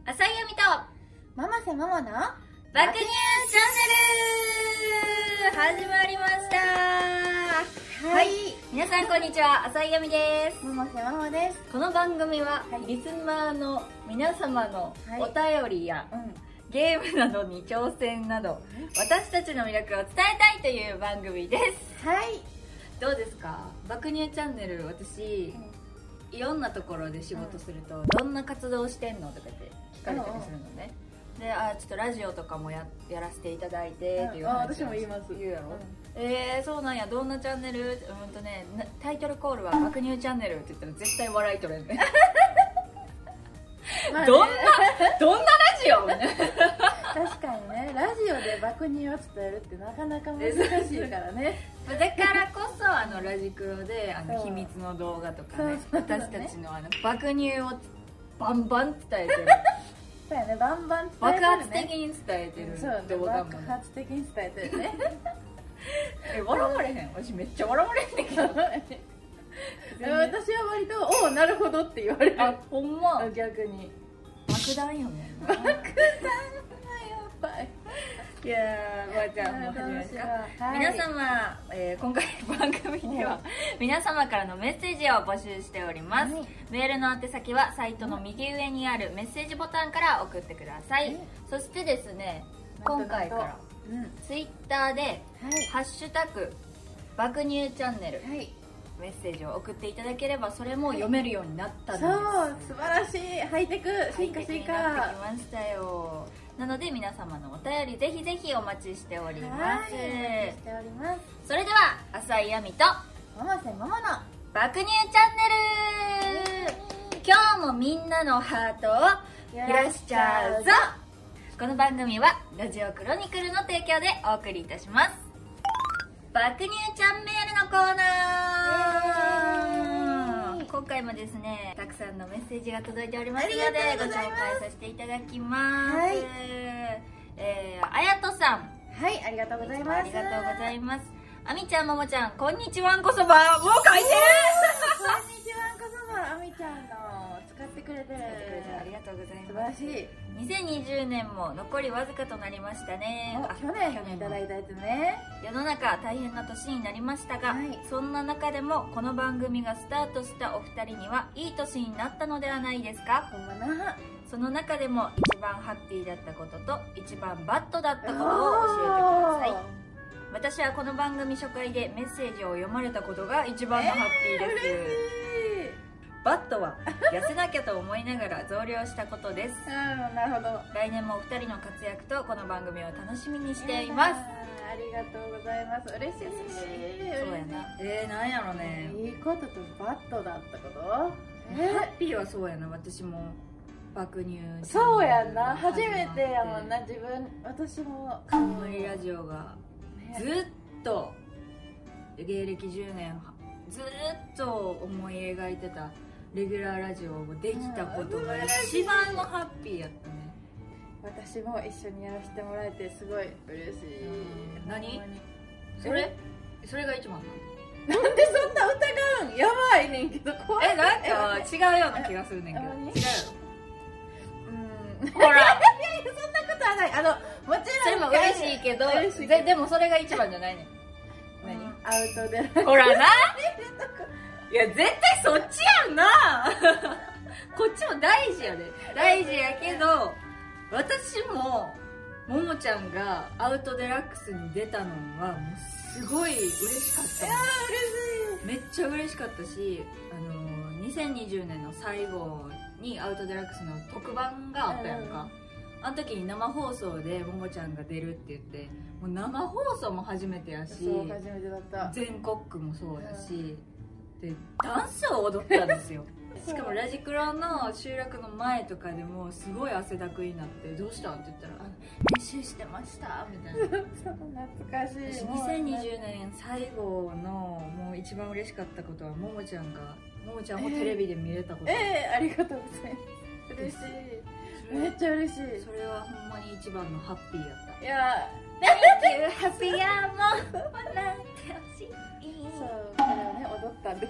浅井亜美とママせママの爆乳チャンネル始まりました。はい、皆さんこんにちは、浅井亜美です。 ママせママです。 この番組は、リスナーの皆様のお便りや、ゲームなどに挑戦など、私たちの魅力を伝えたいという番組です。 はい。 どうですか、爆乳チャンネル。私、いろんなところで仕事すると、どんな活動してんのとかって聞かれたりするのね。で、ちょっとラジオとかもやらせていただいてっていう話。 私も言います。 言うやろ。そうなんや、どんなチャンネル？タイトルコールは爆乳チャンネルって言ったら絶対笑い取れんね。どんなラジオ？ 確かにね、ラジオで爆乳を伝えるってなかなか難しいからね。 だからこそラジクロで秘密の動画とかね、私たちの爆乳をバンバン伝えてる。 そうやね、バンバン伝えてるね。 爆発的に伝えてる動画も。 爆発的に伝えてるね。 笑われへん。私めっちゃ笑われへんねんけど。 私は割と「おお、なるほど」って言われる。 あ、ほんま。 逆に爆弾よね。 爆弾はやばい。 いやー、ばあちゃんも始めますか。皆様、今回番組では皆様からのメッセージを募集しております。メールの宛先はサイトの右上にあるメッセージボタンから送ってください。そしてですね、今回からツイッターでハッシュタグ爆乳チャンネル、メッセージを送っていただければ、それも読めるようになったんです。 そう、素晴らしい。ハイテク進化進化なってきましたよ。なので皆様のお便りぜひぜひお待ちしております。それでは浅井亜美とママせママの爆乳チャンネル、今日もみんなのハートを揺らしちゃうぞ。この番組はラジオクロニクルの提供でお送りいたします。爆乳ちゃんメールのコーナー、今回もですね、たくさんのメッセージが届いておりますのでご紹介させていただきます。あやとさん、 はい、ありがとうございます。 ありがとうございます。あみちゃん、ももちゃん、こんにちはんこそば、もう書いてる。 こんにちはんこそば、あみちゃんの使ってくれてる。 ありがとうございます。 素晴らしい。 2020年も残りわずかとなりましたね。 去年いただいたやつね。 世の中大変な年になりましたが、そんな中でもこの番組がスタートしたお二人にはいい年になったのではないですか。 ほんまな。 その中でも一番ハッピーだったことと一番バッドだったことを教えてください。私はこの番組初回でメッセージを読まれたことが一番のハッピーです。バッドは痩せなきゃと思いながら増量したことです。 なるほど。 来年もお二人の活躍とこの番組を楽しみにしています。 ありがとうございます。嬉しい。 そうやな。なんやろね。 いいこととバッドだったこと。 ハッピーはそうやな。私も爆乳。 そうやんな。初めてやもんな。私も冠ラジオがずっと芸歴10年ずっと思い描いてたレギュラーラジオをできたことが一番のハッピーやったね。 私も一緒にやらせてもらえてすごい嬉しい。 何それが一番なの。なんでそんな疑うん。やばいねんけど、怖い。 なんか違うような気がするねんけど。違うよ。ほら、 いやいや、そんなことはない。もちろんそれも嬉しいけど、でもそれが一番じゃないねん。 アウトでほらな。いや絶対そっちやんな。こっちも大事やで。大事やけど、私もももちゃんがアウトデラックスに出たのはもうすごい嬉しかった。 いやー、 めっちゃ嬉しかったし、2020年の最後にアウトデラックスの特番があったやんか。あの時に生放送でももちゃんが出るって言って、もう生放送も初めてやし、 初めてだった。 全国区もそうだし、でダンスを踊ったんですよ。しかもラジクロの収録の前とかでもすごい汗だくになって、どうしたんって言ったら、練習してましたみたいな。 懐かしい。 2020年最後のもう一番嬉しかったことは、ももちゃんもテレビで見れたこと。 ありがとうございます。嬉しい。めっちゃ嬉しい。 それはほんまに一番のハッピーやった。 いや、 Thank you happy やもん笑ってほしい。 そう、これをね、踊ったんです。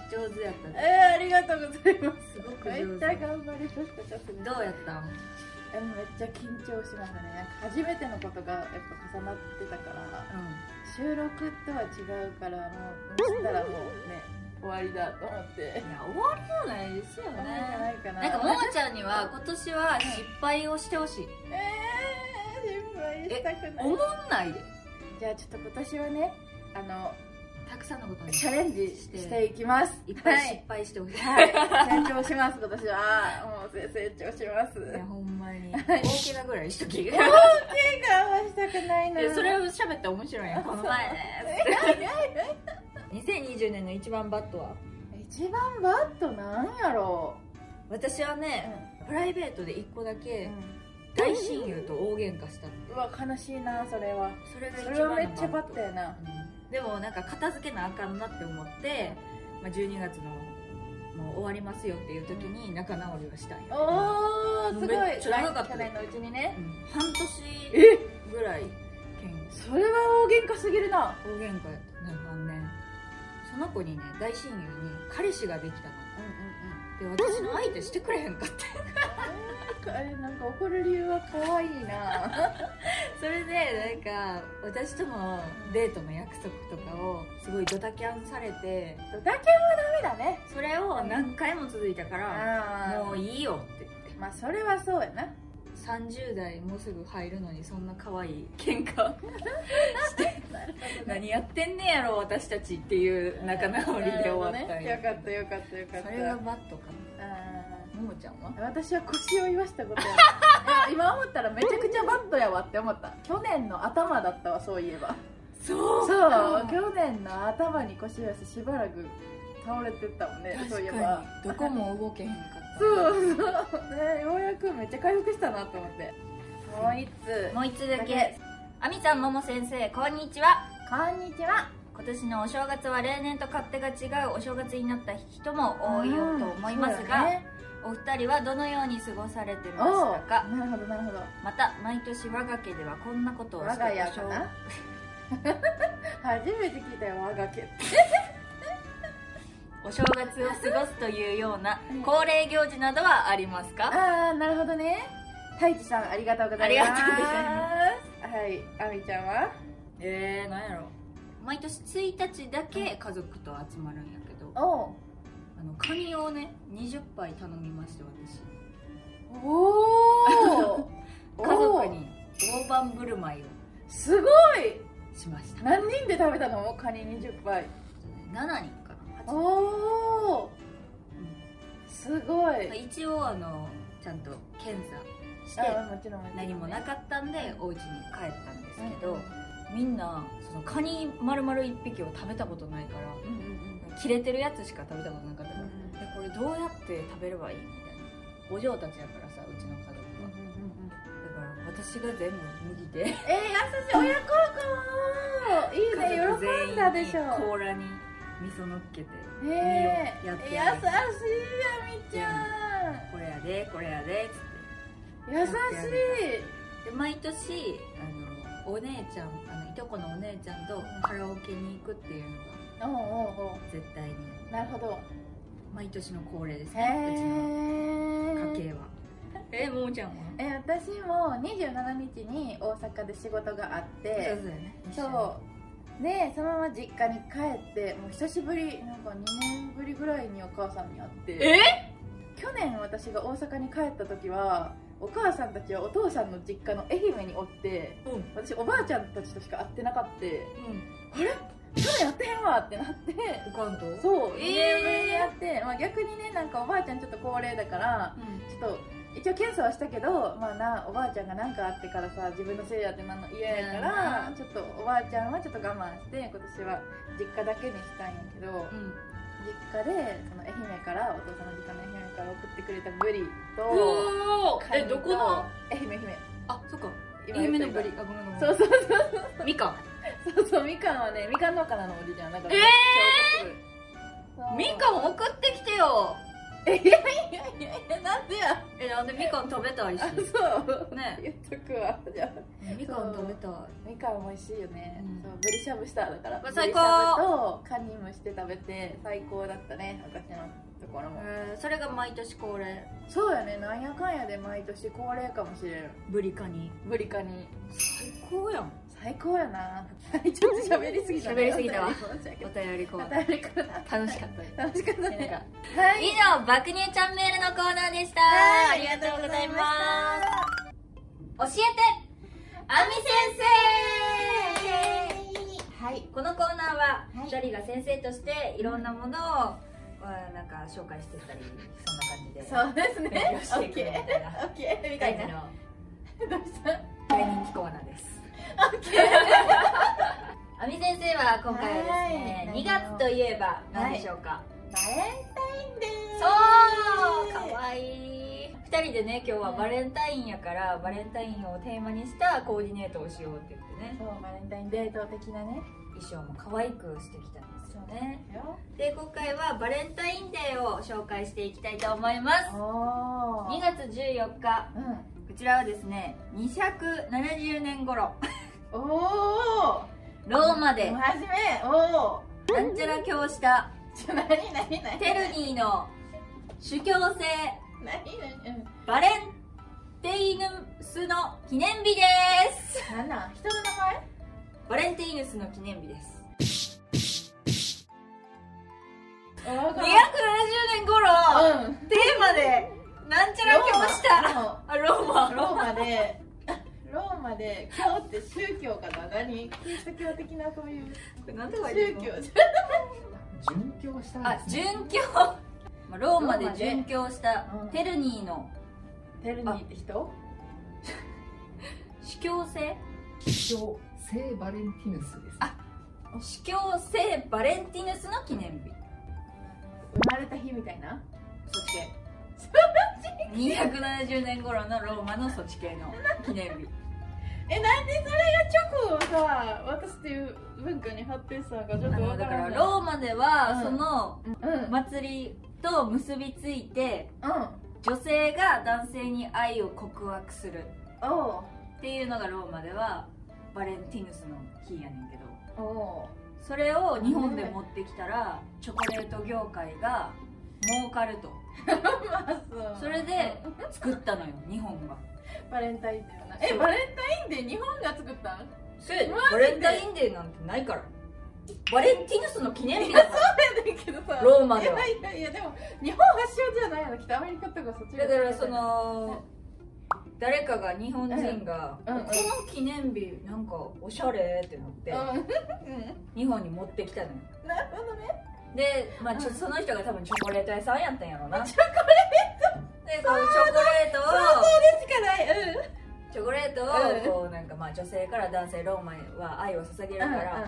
上手やったね。 ありがとうございます。 すごく上手。 めっちゃ頑張りました。 どうやったん？ めっちゃ緊張しましたね。なんか初めてのことがやっぱ重なってたから、収録とは違うから、もうしたらもうね終わりだと思って。いや終わりじゃないですよね。 ないかな。 なんかももちゃんには今年は失敗をしてほしい。 失敗したくない。 思んないで。 じゃあちょっと今年はね、 たくさんのことにチャレンジしていきます。 いっぱい失敗してほしい。 はい、成長します。今年はもう成長します。 いやほんまに大怪我ぐらいしとき。 大怪我はしたくないな。 それを喋って面白いやん。この前ね。2020年の一番バットは？ 一番バットなんやろう。私はね、プライベートで1個だけ大親友と大喧嘩した。 うわ悲しいな。それはそれはめっちゃバットやな。 でもなんか片付けなあかんなって思って、12月のもう終わりますよっていう時に仲直りをしたい。 おーすごい。 めっちゃ長かった。 去年のうちにね、 半年ぐらい。 それは大喧嘩すぎるな。 大喧嘩やったね。その子にね、大親友に彼氏ができたの。で私の相手してくれへんかってなんか怒る理由は可愛いな。 それでなんか私とのデートの約束とかをすごいドタキャンされて、 ドタキャンはダメだね。 それを何回も続いたからもういいよって言って。 まあそれはそうやな。 30代もうすぐ入るのにそんな可愛い喧嘩して何やってんねやろ私たちっていう仲直りで終わったんや。 よかったよかったよかった。 それがバットかな。ももちゃんは？ 私は腰を言わしたことや今思ったらめちゃくちゃバットやわって思った。去年の頭だったわ、そういえば。 そう去年の頭に腰を言わしてしばらく倒れてたもんね。そういえばどこも動けへんかった。 そうね、ようやくめっちゃ回復したなと思って。もう一つだけ。 あみちゃん、もも先生、こんにちは。 こんにちは。 今年のお正月は例年と勝手が違うお正月になった人も多いよと思いますが、お二人はどのように過ごされてましたか？ なるほどなるほど。 また毎年我が家ではこんなことをして我が家かな初めて聞いたよ、我が家ってお正月を過ごすというような恒例行事などはありますか？ ああ、なるほどね。太一さん、ありがとうございます。 ありがとうございます。 はい、あみちゃんは？ なんやろ。毎年1日だけ家族と集まるんやけど、カニをね20杯頼みました。私家族に大盤振る舞いをすごいしました。 何人で食べたの？カニ20杯。 7人かな。8人。 おお、すごい。 一応ちゃんと検査して何もなかったんでお家に帰ったんですけど、みんなそのカニ丸々1匹を食べたことないから、切れてるやつしか食べたことなかったから、これどうやって食べればいいみたいな。お嬢たちやからさ、うちの家族は。だから私が全部麦で、 優しい親孝行。いいね、喜んだでしょ。 甲羅に味噌のっけて身をやって優しい。あみちゃん、 これやでこれやでっつって優しい。 で毎年お姉ちゃん、いとこのお姉ちゃんとカラオケに行くっていうのが絶対に。 なるほど。 毎年の恒例ですね、うちの家系は。ももちゃんは？ 私も27日に大阪で仕事があって、そうでそのまま実家に帰って、もう久しぶり、なんか2年ぶりぐらいにお母さんに会って。去年私が大阪に帰った時はお母さんたちはお父さんの実家の愛媛におって、私おばあちゃんたちとしか会ってなかった。あれ去年やってへんわってなって、 おかんとそう2年ぶりにやって、逆にね、なんかおばあちゃんちょっと高齢だから、ちょっと一応検査はしたけど、おばあちゃんが何かあってからさ、自分のせいやってなんの嫌やから、ちょっとおばあちゃんはちょっと我慢して、今年は実家だけにしたんやけど、実家でその愛媛から、お父さんの実家の愛媛から送ってくれたブリとカニと、 どこの？ 愛媛。 あ、そっか、愛媛のブリ。 そうみかん。 そう、みかんはね、みかん農家なの、おじいちゃんだから。 みかん送ってきてよ。 いやいやいや、なんでや。 なんでみかん食べたいし。 そうね、 言っとくわ。じゃあみかん食べたい。みかん美味しいよね。そう、ブリしゃぶしただから。 最高。 とカニ蒸して食べて最高だったね、私のところも。 それが毎年恒例。 そうやね、なんやかんやで毎年恒例かもしれん。 ブリカニ。 最高やん。 最高やな。ちょっと喋りすぎた。 お便りコーナー。楽しかったね。以上、爆乳ちゃんメールのコーナーでした。ありがとうございます。教えてあみ先生。はい、このコーナーは2人が先生としていろんなものをなんか紹介してたり、そんな感じで。 そうですね。 勉強していくみたいな。 オッケーみたいな。どうした？ 大人気コーナーです。あみ先生は今回はですね、2月といえば何でしょうか？ バレンタインデー。 そう、かわいい。2人でね、今日はバレンタインやからバレンタインをテーマにしたコーディネートをしようって言ってね。 そう、バレンタインデート的なね、 衣装も可愛くしてきたんですよね。で、今回はバレンタインデーを紹介していきたいと思います。2月14日、こちらはですね、270年頃おお、 ローマでなんちゃら教したテルニーの主教聖バレンテイヌスの記念日です。 人の名前？ バレンテイヌスの記念日です。270年頃、テーマでなんちゃら教したローマで教って宗教かな？何？キリスト教的なそういう宗教。 殉教したんですね。 殉教。ローマで殉教したテルニーのって人？ 主教聖？ 主教聖バレンティヌスです。 主教聖バレンティヌスの記念日。 生まれた日みたいな？ そっち系。270年頃のローマのそっち系の記念日。 なんでそれがチョコをさ、渡すっていう文化に発展したのかちょっとわからない。 だからローマではその祭りと結びついて、女性が男性に愛を告白するっていうのがローマではバレンティヌスの日やねんけど、それを日本で持ってきたらチョコレート業界が儲かると。それで作ったのよ、日本が。 バレンタインデーはな。バレンタインデー日本が作ったん？ バレンタインデーなんてないから。バレンティヌスの記念日だから。 そうやねんけどさ、 ローマでは。 いやでも日本発祥じゃないの。北アメリカとかそっち。 だからその誰かが、日本人がこの記念日なんかおしゃれってなって日本に持ってきたのよ。 なるほどね。 で、その人が多分チョコレート屋さんやったんやろな。 チョコレートで、こうチョコレートを想像でしかない。 チョコレートをこうなんか女性から男性、ローマは愛を捧げるから、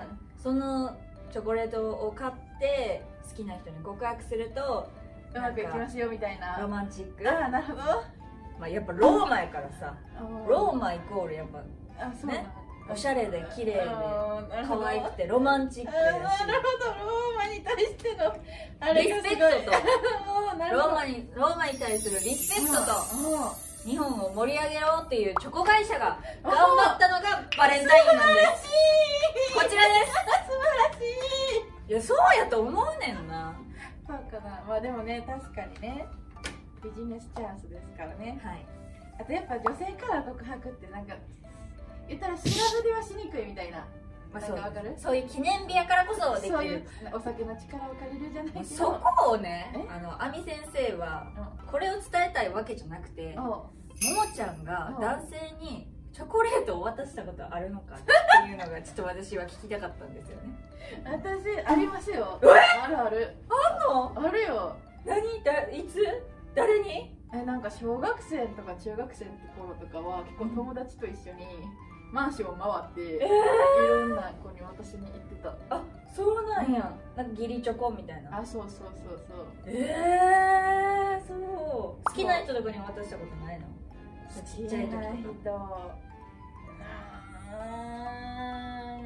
そのチョコレートを買って好きな人に告白するとうまくいきますよみたいな。 ロマンチック。 なるほど。 やっぱローマやからさ、ローマイコールやっぱね、おしゃれで綺麗で可愛くてロマンチックやし、 なるほど、ローマに対してのリスペクトとローマに対するリスペクトと日本を盛り上げようっていうチョコ会社が頑張ったのがバレンタインなんです。こちらです。 素晴らしい。 いや、そうやと思うねんな。 そうかな。でもね、確かにね、ビジネスチャンスですからね。 はい。 あとやっぱ女性から告白ってなんか言ったら調べではしにくいみたいな。なんかわかる？ そういう記念日やからこそできる。 そういうお酒の力を借りるじゃないけど。 そこをね、あみ先生はこれを伝えたいわけじゃなくて、ももちゃんが男性にチョコレートを渡したことあるのかっていうのがちょっと私は聞きたかったんですよね。 私ありますよ。あるある。 あんの？ あるよ。 いつ？誰に？ なんか小学生とか中学生の頃とかは結構友達と一緒にマンションを回って、いろんな子に渡しに行ってた。 あ、そうなんや。なんか義理チョコみたいな。 あ、そうそうそうそう。 そう。好きな人とかに渡したことないの？ちっちゃい時とか。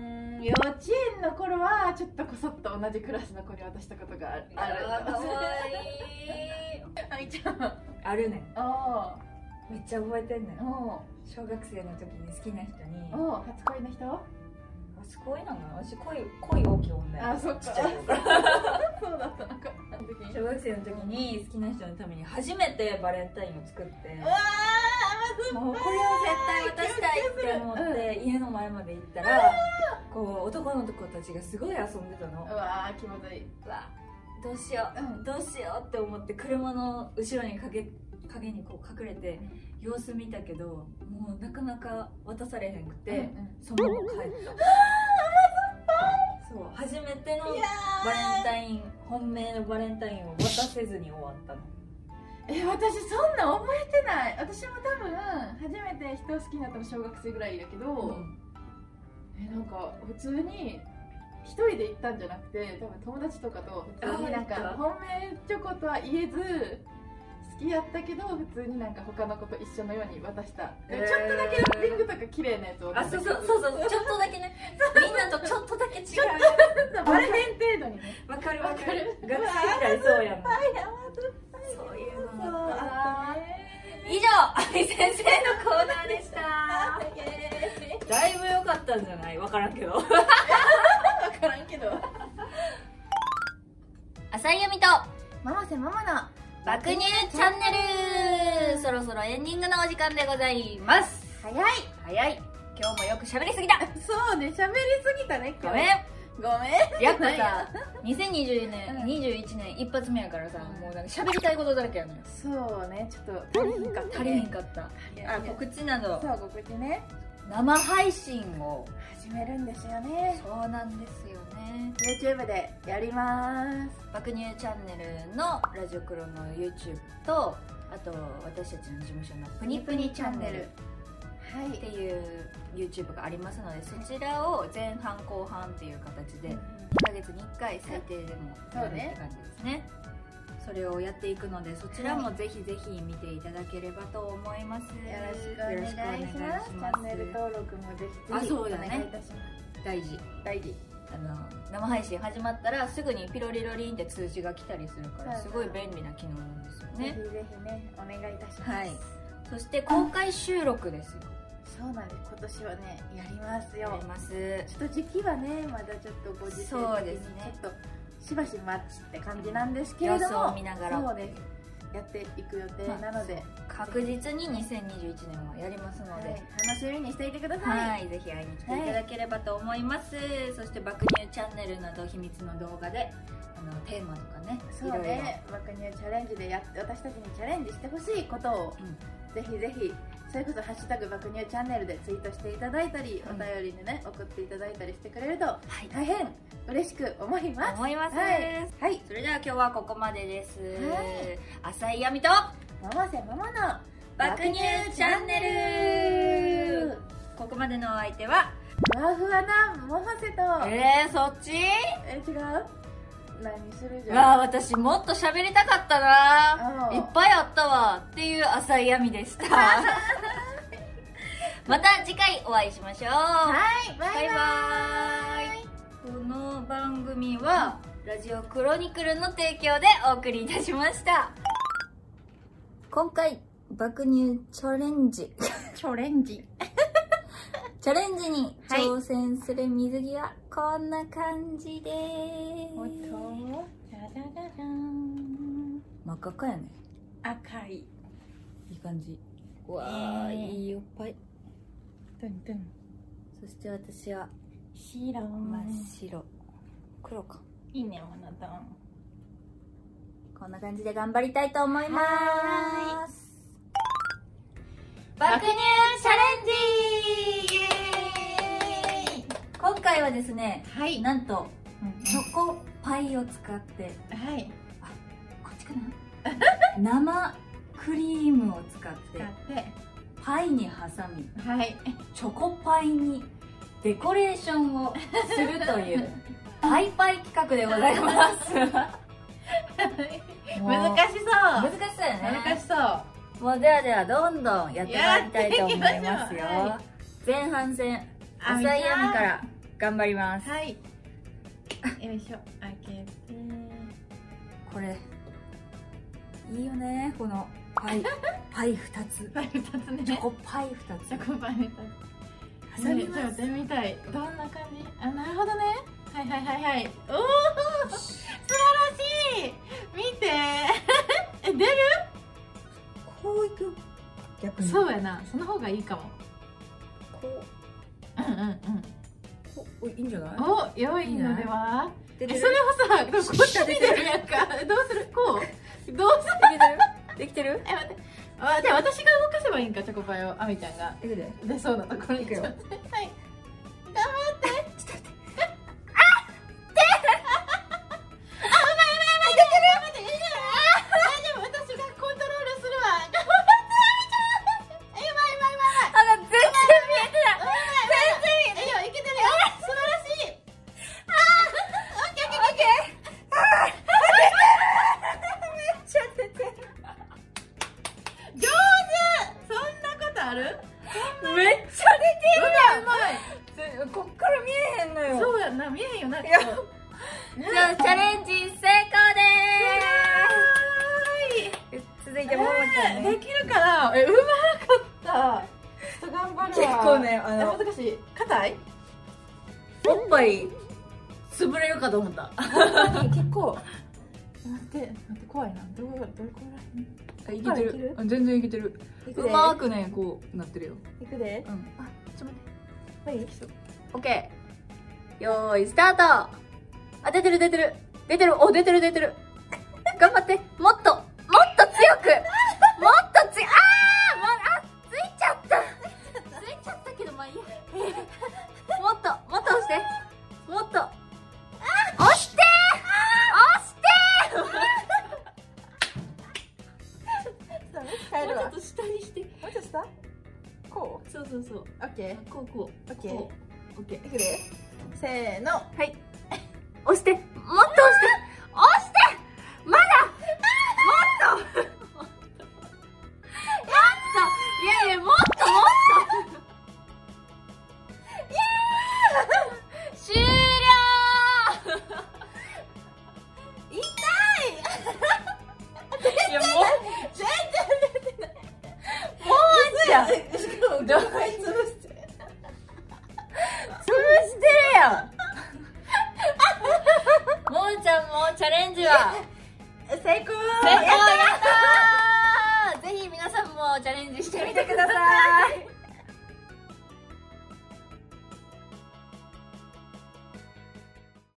幼稚園の頃はちょっとこそっと同じクラスの子に渡したことがある。 かわいい。 あみちゃんあるねん。 あめっちゃ覚えてんねん。 あ小学生の時に好きな人に。 ああ初恋の人？ 初恋なの？私恋大きい女や。 あそっか。 ちっちゃい頃からそうだったのか。 小学生の時に好きな人のために初めてバレンタインを作って、 うわもうこれを絶対渡したいって思って家の前まで行ったら、こう男の子たちがすごい遊んでたの。 うわ気まずい。 うわどうしよう、どうしようって思って車の後ろに影にこう隠れて様子見たけど、もうなかなか渡されへんくて、そのまま帰った。そう、初めてのバレンタイン、本命のバレンタインを渡せずに終わったの。 私そんな覚えてない。私も多分初めて人を好きになったの小学生ぐらいやけど、なんか普通に一人で行ったんじゃなくて、多分友達とかと普通になんか本命チョコとは言えず好きやったけど、普通になんか他の子と一緒のように渡した、ちょっとだけラッピングとか綺麗なやつを渡した。 そうちょっとだけね、みんなとちょっとだけ違う。 バレへん程度にね。 わかる。学生時代そうやん。そういうのもあったね。以上、あみ先生のコーナーでした。だいぶ良かったんじゃない？わからんけど。 わからんけど。 浅井由美とママせママの爆乳チャンネル、そろそろエンディングのお時間でございます。 早い。 今日もよく喋りすぎた。 そうね、喋りすぎたね今日。ごめん。 やっぱさ、2020年、21年一発目やからさ、もうなんか喋りたいことだらけやのよ。 そうね、ちょっと足りへんかった。告知など。 そう、告知ね。 生配信を始めるんですよね。 そうなんですよね。 YouTube でやります。 爆乳チャンネルのラジオクロの YouTube と、あと私たちの事務所のプニプニチャンネルっていう YouTube がありますので、そちらを前半後半っていう形で2ヶ月に1回最低でもやるって感じですね。それをやっていくので、そちらもぜひぜひ見ていただければと思います。よろしくお願いします。チャンネル登録もぜひお願いいたします。 大事。生配信始まったらすぐにピロリロリンって通知が来たりするから、すごい便利な機能なんですよね。 ぜひぜひね、お願いいたします。 はい。そして公開収録ですよ。 そうなんです。今年はね、やりますよ。 やります。 ちょっと時期はね、まだちょっとご時世的にちょっとしばし待ちって感じなんですけれども、 様子を見ながらそうです、やっていく予定なので、 確実に2021年はやりますので、 楽しみにしていてください。 はい、ぜひ会いに来ていただければと思います。そして爆乳チャンネルなど秘密の動画でテーマとかね、 そうね、爆乳チャレンジで私たちにチャレンジしてほしいことを、ぜひぜひ、それこそハッシュタグ爆乳チャンネルでツイートしていただいたり、お便りでね、送っていただいたりしてくれると大変嬉しく思います。 はい、それでは今日はここまでです。浅井亜美とママせママの爆乳チャンネル。ここまでのお相手はふわふわなモハセと、 そっち？ 違う？何するじゃん。 私もっと喋りたかったな。いっぱいあったわっていう浅井亜美でした。また次回お会いしましょう。 はい、バイバイ。この番組はラジオクロニクルの提供でお送りいたしました。今回爆乳チャレンジチャレンジに挑戦する水着はこんな感じでーす。じゃじゃじゃじゃん。 真っ赤かやね。 赤い。 いい感じ。わー、いいおっぱい。 トントン。 そして私は白。 真っ白。黒か。 いいね、モノトン。 こんな感じで頑張りたいと思います。爆乳チャレンジ、イエーイ。今回はですね、なんとチョコパイを使って、こっちかな生クリームを使ってパイに挟み、チョコパイにデコレーションをするというパイパイ企画でございます。 難しそうよね。 難しそう。 もうではどんどんやってまいりたいと思いますよ。前半戦、浅井亜美から頑張ります。 はい。よいしょ、開けて。 これいいよね、このパイ2つ。 パイ2つね。 チョコパイ2つ。 チョコパイ2つ。挟みます。やってみたい。どんな感じ？あ、なるほどね。はいはいはいはい。おお、素晴らしい。見て。え、出る？ こういく。逆に。 そうやな。その方がいいかも。 こう。お、いいんじゃない？ お、良いのでは？ それをさ、こっち見てるやんか。どうする？こう？どうする？ できてる？ え、待って。じゃあ私が動かせばいいんか、チョコパイを。あみちゃんが。 いくで。 出そうなところに。いくよ。はい。頑張って。ちょっと待って。 こっから見えへんのよ。 そうやな、見えへんよな。じゃあチャレンジ成功でーす。続いてももちゃんね。 できるかな。うまかった。ちょっと頑張るわ。 結構ね、 難しい。硬い？ おっぱい潰れるかと思った。結構。待って怖いな。どこら辺？ いけてる。全然いけてる。うまーくね、こうなってるよ。 いくで。 うん。 あ、ちょっと待って。 オッケー。よーい、スタート。あ、出てる。お、出てる。頑張って。もっと強く。もっと強い。ついちゃったけど、まあいいや。もっと押して。もっと。押してもうちょっと下にして。もうちょっと下？こう？そう。オッケー。こう。オッケー。オッケー。いくで。せーの。 はい。押して。もっと押して。まだ。もっと。いやもっと。終了。 痛い。 いやもう全然出てない。 もうじゃん。 どう潰してるやん。もーちゃんもチャレンジは成功。 やったー。ぜひ皆さんもチャレンジしてみてください。